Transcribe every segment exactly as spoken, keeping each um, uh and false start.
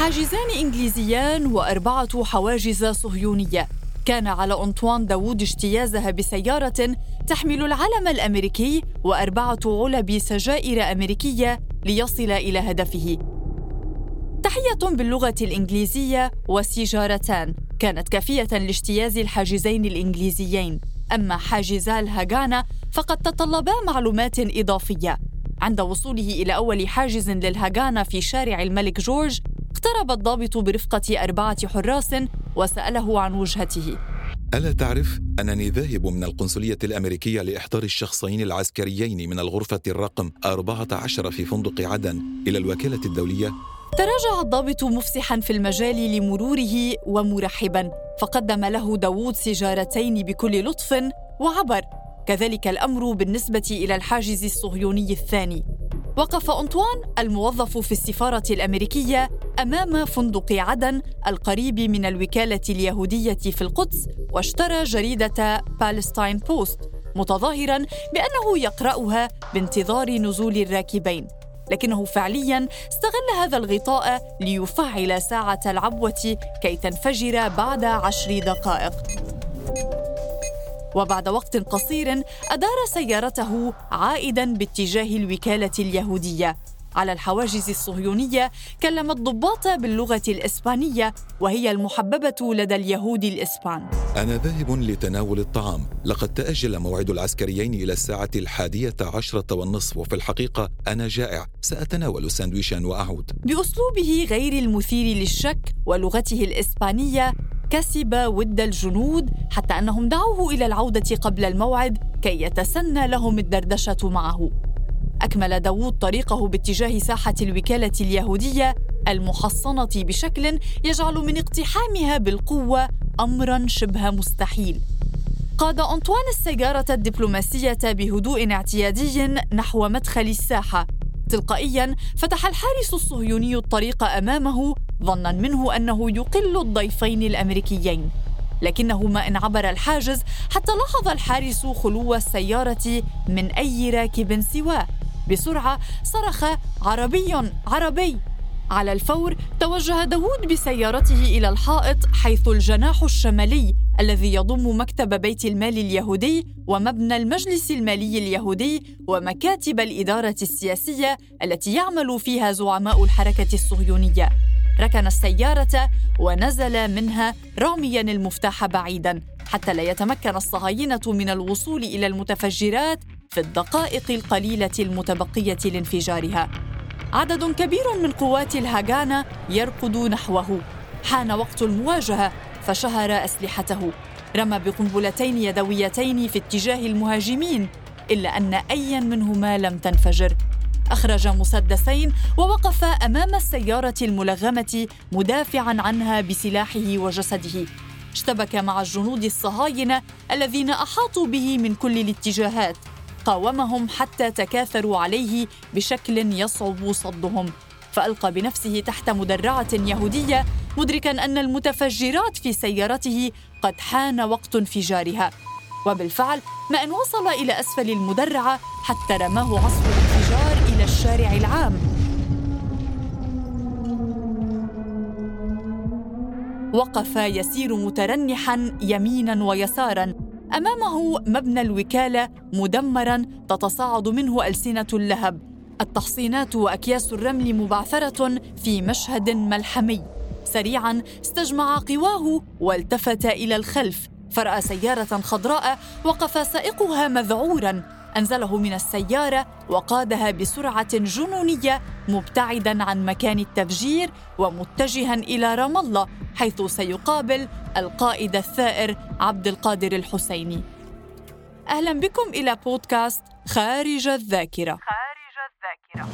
حاجزان إنجليزيان وأربعة حواجز صهيونية. كان على أنطوان داوود اجتيازها بسيارة تحمل العلم الأمريكي وأربعة علب سجائر أمريكية ليصل إلى هدفه. تحية باللغة الإنجليزية وسيجارتان كانت كافية لاجتياز الحاجزين الإنجليزيين، أما حاجزا الهاغانا فقد تطلبا معلومات إضافية. عند وصوله إلى أول حاجز للهاغانا في شارع الملك جورج، اقترب الضابط برفقة أربعة حراس وسأله عن وجهته. ألا تعرف أنني ذاهب من القنصلية الأمريكية لإحضار الشخصين العسكريين من الغرفة الرقم أربعة عشر في فندق عدن إلى الوكالة الدولية؟ تراجع الضابط مفسحاً في المجال لمروره ومرحباً، فقدم له داوود سيجارتين بكل لطف وعبر. كذلك الأمر بالنسبة إلى الحاجز الصهيوني الثاني. وقف أنطوان الموظف في السفارة الأمريكية أمام فندق عدن القريب من الوكالة اليهودية في القدس، واشترى جريدة بالستاين بوست متظاهراً بأنه يقرأها بانتظار نزول الراكبين، لكنه فعلياً استغل هذا الغطاء ليفعل ساعة العبوة كي تنفجر بعد عشر دقائق. وبعد وقت قصير أدار سيارته عائداً باتجاه الوكالة اليهودية. على الحواجز الصهيونية كلم الضباط باللغة الإسبانية، وهي المحببة لدى اليهود الإسبان. أنا ذاهب لتناول الطعام، لقد تأجل موعد العسكريين إلى الساعة الحادية عشرة والنصف، وفي الحقيقة أنا جائع، سأتناول ساندويشا وأعود. بأسلوبه غير المثير للشك ولغته الإسبانية كسب ود الجنود، حتى أنهم دعوه إلى العودة قبل الموعد كي يتسنى لهم الدردشة معه. أكمل داوود طريقه باتجاه ساحة الوكالة اليهودية المحصنة بشكل يجعل من اقتحامها بالقوة أمراً شبه مستحيل. قاد أنطوان السيارة الدبلوماسية بهدوء اعتيادي نحو مدخل الساحة. تلقائياً فتح الحارس الصهيوني الطريق أمامه، ظناً منه أنه يقل الضيفين الأمريكيين، لكنه ما إن عبر الحاجز حتى لاحظ الحارس خلو السيارة من أي راكب سواه. بسرعة صرخ: عربي عربي! على الفور توجه داوود بسيارته إلى الحائط حيث الجناح الشمالي الذي يضم مكتب بيت المال اليهودي ومبنى المجلس المالي اليهودي ومكاتب الإدارة السياسية التي يعمل فيها زعماء الحركة الصهيونية. ركن السيارة ونزل منها رامياً المفتاح بعيداً حتى لا يتمكن الصهاينة من الوصول إلى المتفجرات في الدقائق القليلة المتبقية لانفجارها. عدد كبير من قوات الهاغانا يركض نحوه. حان وقت المواجهة فشهر أسلحته، رمى بقنبلتين يدويتين في اتجاه المهاجمين، إلا أن أي منهما لم تنفجر. أخرج مسدسين ووقف أمام السيارة الملغمة مدافعاً عنها بسلاحه وجسده. اشتبك مع الجنود الصهاينة الذين أحاطوا به من كل الاتجاهات، قاومهم حتى تكاثروا عليه بشكل يصعب صدهم، فألقى بنفسه تحت مدرعة يهودية مدركاً أن المتفجرات في سيارته قد حان وقت انفجارها. وبالفعل ما أن وصل إلى أسفل المدرعة حتى رماه عصف الانفجار إلى الشارع العام. وقف يسير مترنحاً يميناً ويساراً. أمامه مبنى الوكالة مدمراً تتصاعد منه ألسنة اللهب. التحصينات وأكياس الرمل مبعثرة في مشهد ملحمي. سريعاً استجمع قواه والتفت إلى الخلف، فرأى سيارة خضراء وقف سائقها مذعوراً. أنزله من السيارة وقادها بسرعة جنونية مبتعداً عن مكان التفجير ومتجهاً إلى رام الله، حيث سيقابل القائد الثائر عبد القادر الحسيني. أهلاً بكم إلى بودكاست خارج الذاكرة. خارج الذاكرة.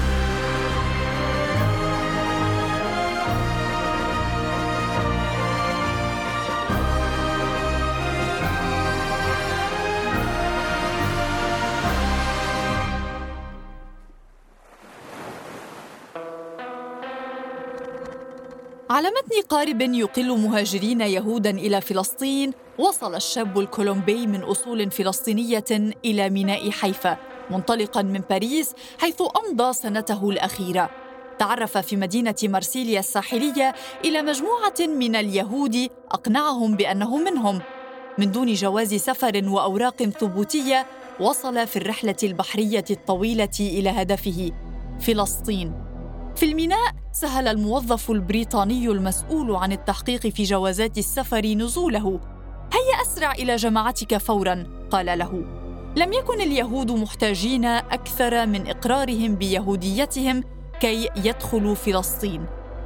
على متن قارب يقل مهاجرين يهوداً إلى فلسطين، وصل الشاب الكولومبي من أصول فلسطينية إلى ميناء حيفا منطلقاً من باريس حيث أمضى سنته الأخيرة. تعرف في مدينة مرسيليا الساحلية إلى مجموعة من اليهود أقنعهم بأنه منهم. من دون جواز سفر وأوراق ثبوتية وصل في الرحلة البحرية الطويلة إلى هدفه فلسطين. في الميناء سهل الموظف البريطاني المسؤول عن التحقيق في جوازات السفر نزوله. هيا أسرع إلى جماعتك فوراً، قال له. لم يكن اليهود محتاجين أكثر من إقرارهم بيهوديتهم كي يدخلوا فلسطين.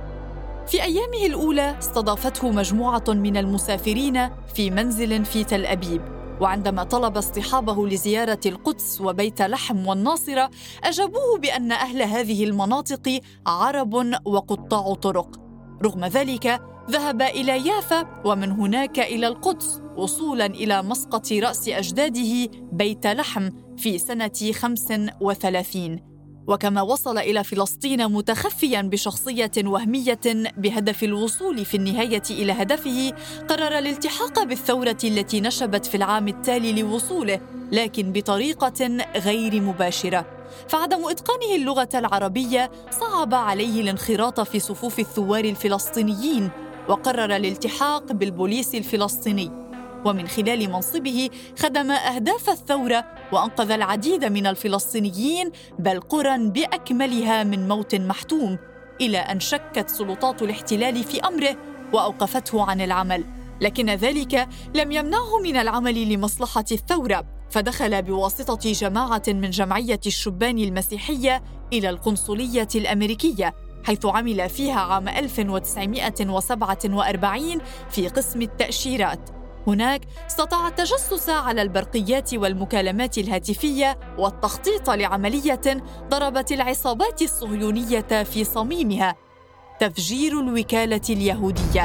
في أيامه الأولى استضافته مجموعة من المسافرين في منزل في تل أبيب، وعندما طلب اصطحابه لزيارة القدس وبيت لحم والناصرة أجابوه بأن أهل هذه المناطق عرب وقطاع طرق. رغم ذلك ذهب إلى يافا ومن هناك إلى القدس، وصولاً إلى مسقط رأس أجداده بيت لحم في سنة خمس وثلاثين. وكما وصل إلى فلسطين متخفياً بشخصية وهمية بهدف الوصول في النهاية إلى هدفه، قرر الالتحاق بالثورة التي نشبت في العام التالي لوصوله، لكن بطريقة غير مباشرة. فعدم إتقانه اللغة العربية صعب عليه الانخراط في صفوف الثوار الفلسطينيين، وقرر الالتحاق بالبوليس الفلسطيني، ومن خلال منصبه خدم أهداف الثورة وأنقذ العديد من الفلسطينيين، بل قرى بأكملها من موت محتوم، إلى أن شكت سلطات الاحتلال في أمره وأوقفته عن العمل. لكن ذلك لم يمنعه من العمل لمصلحة الثورة، فدخل بواسطة جماعة من جمعية الشبان المسيحية إلى القنصلية الأمريكية، حيث عمل فيها عام ألف وتسعمائة وسبعة وأربعين في قسم التأشيرات. هناك استطاع التجسس على البرقيات والمكالمات الهاتفية والتخطيط لعملية ضربت العصابات الصهيونية في صميمها: تفجير الوكالة اليهودية.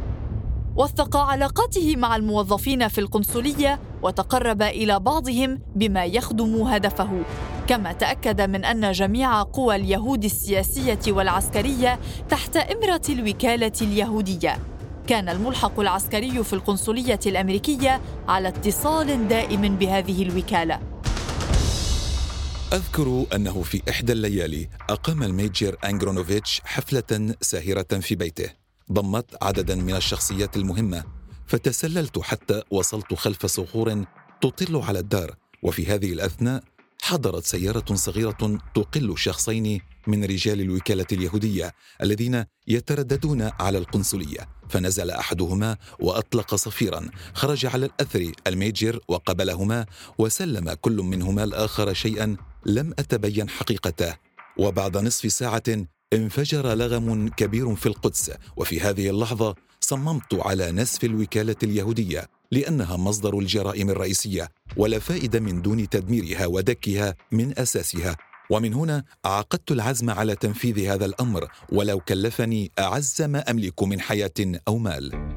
وثق علاقاته مع الموظفين في القنصلية وتقرب إلى بعضهم بما يخدم هدفه، كما تأكد من أن جميع قوى اليهود السياسية والعسكرية تحت إمرة الوكالة اليهودية. كان الملحق العسكري في القنصلية الأمريكية على اتصال دائم بهذه الوكالة. أذكر أنه في إحدى الليالي أقام الميجر أنغرونوفيتش حفلة ساهرة في بيته ضمت عدداً من الشخصيات المهمة، فتسللت حتى وصلت خلف صخور تطل على الدار. وفي هذه الأثناء حضرت سيارة صغيرة تقل شخصين من رجال الوكالة اليهودية الذين يترددون على القنصلية، فنزل أحدهما وأطلق صفيراً. خرج على الأثر الميجر وقبلهما، وسلم كل منهما الآخر شيئاً لم أتبين حقيقته. وبعد نصف ساعة انفجر لغم كبير في القدس، وفي هذه اللحظة صممت على نسف الوكالة اليهودية، لأنها مصدر الجرائم الرئيسية، ولا فائدة من دون تدميرها ودكها من أساسها. ومن هنا عقدت العزم على تنفيذ هذا الأمر، ولو كلفني أعز ما أملك من حياة أو مال.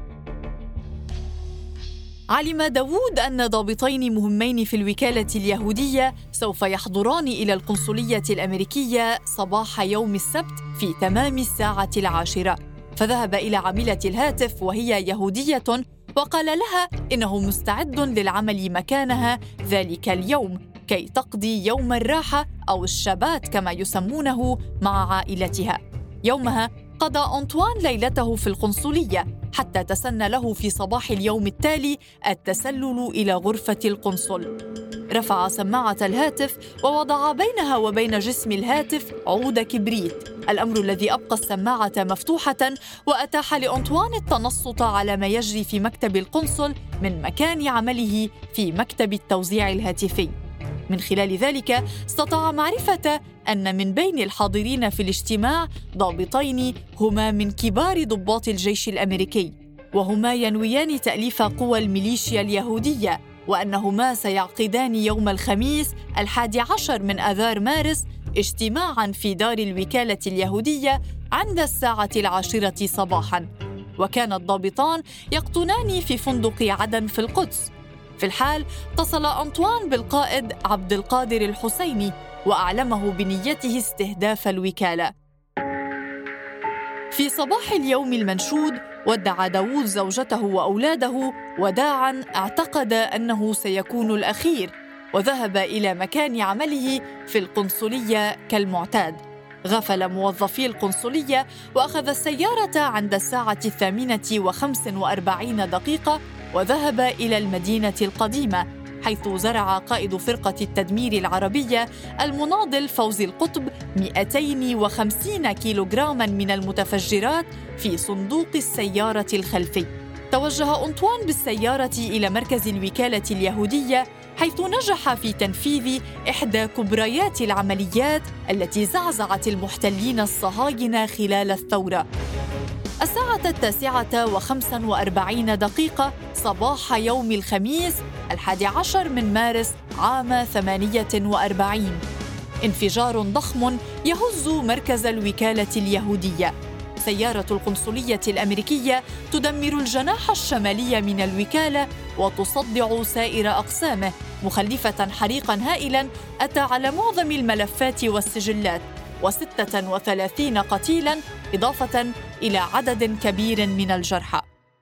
علم داوود أن ضابطين مهمين في الوكالة اليهودية سوف يحضران إلى القنصلية الأمريكية صباح يوم السبت في تمام الساعة العاشرة، فذهب إلى عاملة الهاتف وهي يهودية وقال لها إنه مستعد للعمل مكانها ذلك اليوم كي تقضي يوم الراحة أو الشبات كما يسمونه مع عائلتها. يومها قضى أنطوان ليلته في القنصلية، حتى تسنى له في صباح اليوم التالي التسلل إلى غرفة القنصل. رفع سماعة الهاتف ووضع بينها وبين جسم الهاتف عود كبريت، الأمر الذي أبقى السماعة مفتوحة وأتاح لأنطوان التنصت على ما يجري في مكتب القنصل من مكان عمله في مكتب التوزيع الهاتفي. من خلال ذلك استطاع معرفة أن من بين الحاضرين في الاجتماع ضابطين هما من كبار ضباط الجيش الأمريكي، وهما ينويان تأليف قوى الميليشيا اليهودية، وأنهما سيعقدان يوم الخميس الحادي عشر من آذار مارس اجتماعاً في دار الوكالة اليهودية عند الساعة العاشرة صباحاً. وكان الضابطان يقطنان في فندق عدن في القدس. في الحال اتصل أنطوان بالقائد عبد القادر الحسيني وأعلمه بنيته استهداف الوكالة. في صباح اليوم المنشود ودع داوود زوجته وأولاده وداعاً اعتقد أنه سيكون الأخير، وذهب إلى مكان عمله في القنصلية كالمعتاد. غفل موظفي القنصلية وأخذ السيارة عند الساعة الثامنة وخمس وأربعين دقيقة وذهب إلى المدينة القديمة، حيث زرع قائد فرقة التدمير العربية المناضل فوزي القطب مئتين وخمسين كيلوغراما من المتفجرات في صندوق السيارة الخلفي. توجه أنطوان بالسيارة إلى مركز الوكالة اليهودية، حيث نجح في تنفيذ إحدى كبريات العمليات التي زعزعت المحتلين الصهاينة خلال الثورة. الساعة التاسعة وخمس وأربعين دقيقة صباح يوم الخميس الحادي عشر من مارس عام ثمانية وأربعين، انفجار ضخم يهز مركز الوكالة اليهودية. سيارة القنصلية الأمريكية تدمر الجناح الشمالي من الوكالة وتصدع سائر أقسامه، مخلفة حريقاً هائلاً أتى على معظم الملفات والسجلات، وستة وثلاثين قتيلاً إضافة إلى عدد كبير من الجرحى.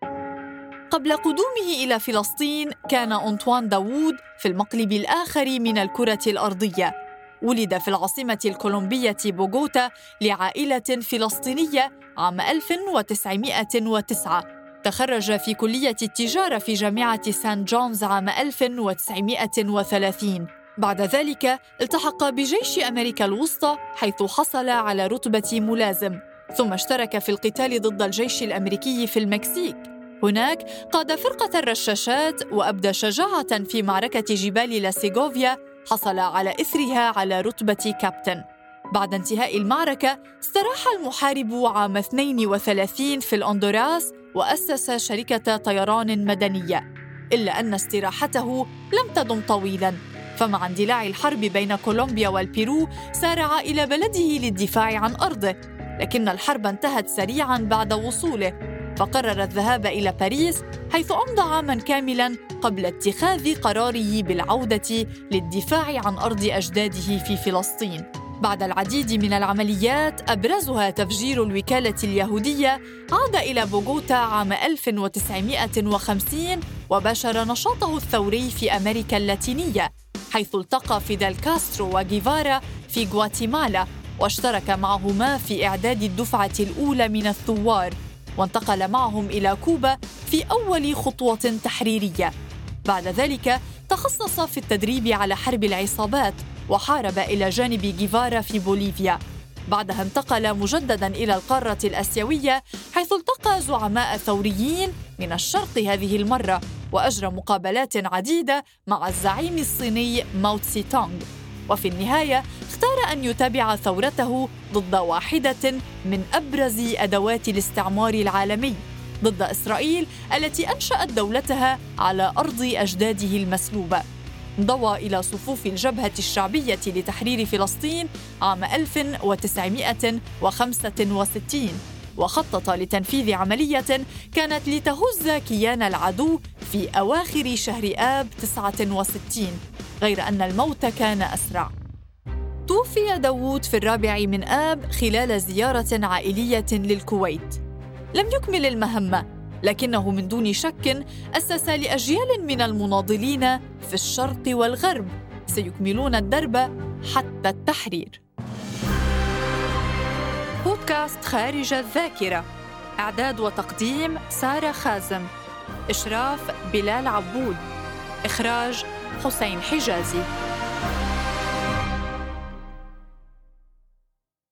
قبل قدومه إلى فلسطين كان أنطوان داوود في المقلب الآخر من الكرة الأرضية. ولد في العاصمة الكولومبية بوغوتا لعائلة فلسطينية عام ألف وتسعمائة وتسعة. تخرج في كلية التجارة في جامعة سان جونز عام ألف وتسعمائة وثلاثين. بعد ذلك التحق بجيش أمريكا الوسطى، حيث حصل على رتبة ملازم، ثم اشترك في القتال ضد الجيش الأمريكي في المكسيك. هناك قاد فرقة الرشاشات وأبدى شجاعة في معركة جبال لاسيغوفيا، حصل على إثرها على رتبة كابتن. بعد انتهاء المعركة استراح المحارب عام اثنين وثلاثين في الأندوراس وأسس شركة طيران مدنية، إلا أن استراحته لم تدم طويلاً، فمع اندلاع الحرب بين كولومبيا والبيرو سارع إلى بلده للدفاع عن أرضه، لكن الحرب انتهت سريعاً بعد وصوله، فقرر الذهاب إلى باريس، حيث أمضى عاماً كاملاً قبل اتخاذ قراره بالعودة للدفاع عن أرض أجداده في فلسطين. بعد العديد من العمليات أبرزها تفجير الوكالة اليهودية، عاد إلى بوغوتا عام ألف وتسعمائة وخمسين وباشر نشاطه الثوري في أمريكا اللاتينية، حيث التقى فيدال كاسترو وغيفارا في غواتيمالا، واشترك معهما في إعداد الدفعة الأولى من الثوار، وانتقل معهم إلى كوبا في أول خطوة تحريرية. بعد ذلك تخصص في التدريب على حرب العصابات، وحارب إلى جانب غيفارا في بوليفيا. بعدها انتقل مجدداً إلى القارة الآسيوية، حيث التقى زعماء ثوريين من الشرق هذه المرة، وأجرى مقابلات عديدة مع الزعيم الصيني ماو تسي تونغ. وفي النهاية اختار أن يتابع ثورته ضد واحدة من أبرز أدوات الاستعمار العالمي، ضد إسرائيل التي أنشأت دولتها على أرض أجداده المسلوبة. انضوى إلى صفوف الجبهة الشعبية لتحرير فلسطين عام ألف وتسعمائة وخمسة وستين، وخطط لتنفيذ عملية كانت لتهز كيان العدو في أواخر شهر آب تسعة وستين، غير أن الموت كان أسرع. توفي داوود في الرابع من آب خلال زيارة عائلية للكويت. لم يكمل المهمة، لكنه من دون شك أسس لأجيال من المناضلين في الشرق والغرب سيكملون الدرب حتى التحرير. بودكاست خارج الذاكرة، إعداد وتقديم سارة خازم، إشراف بلال عبود، إخراج حسين حجازي.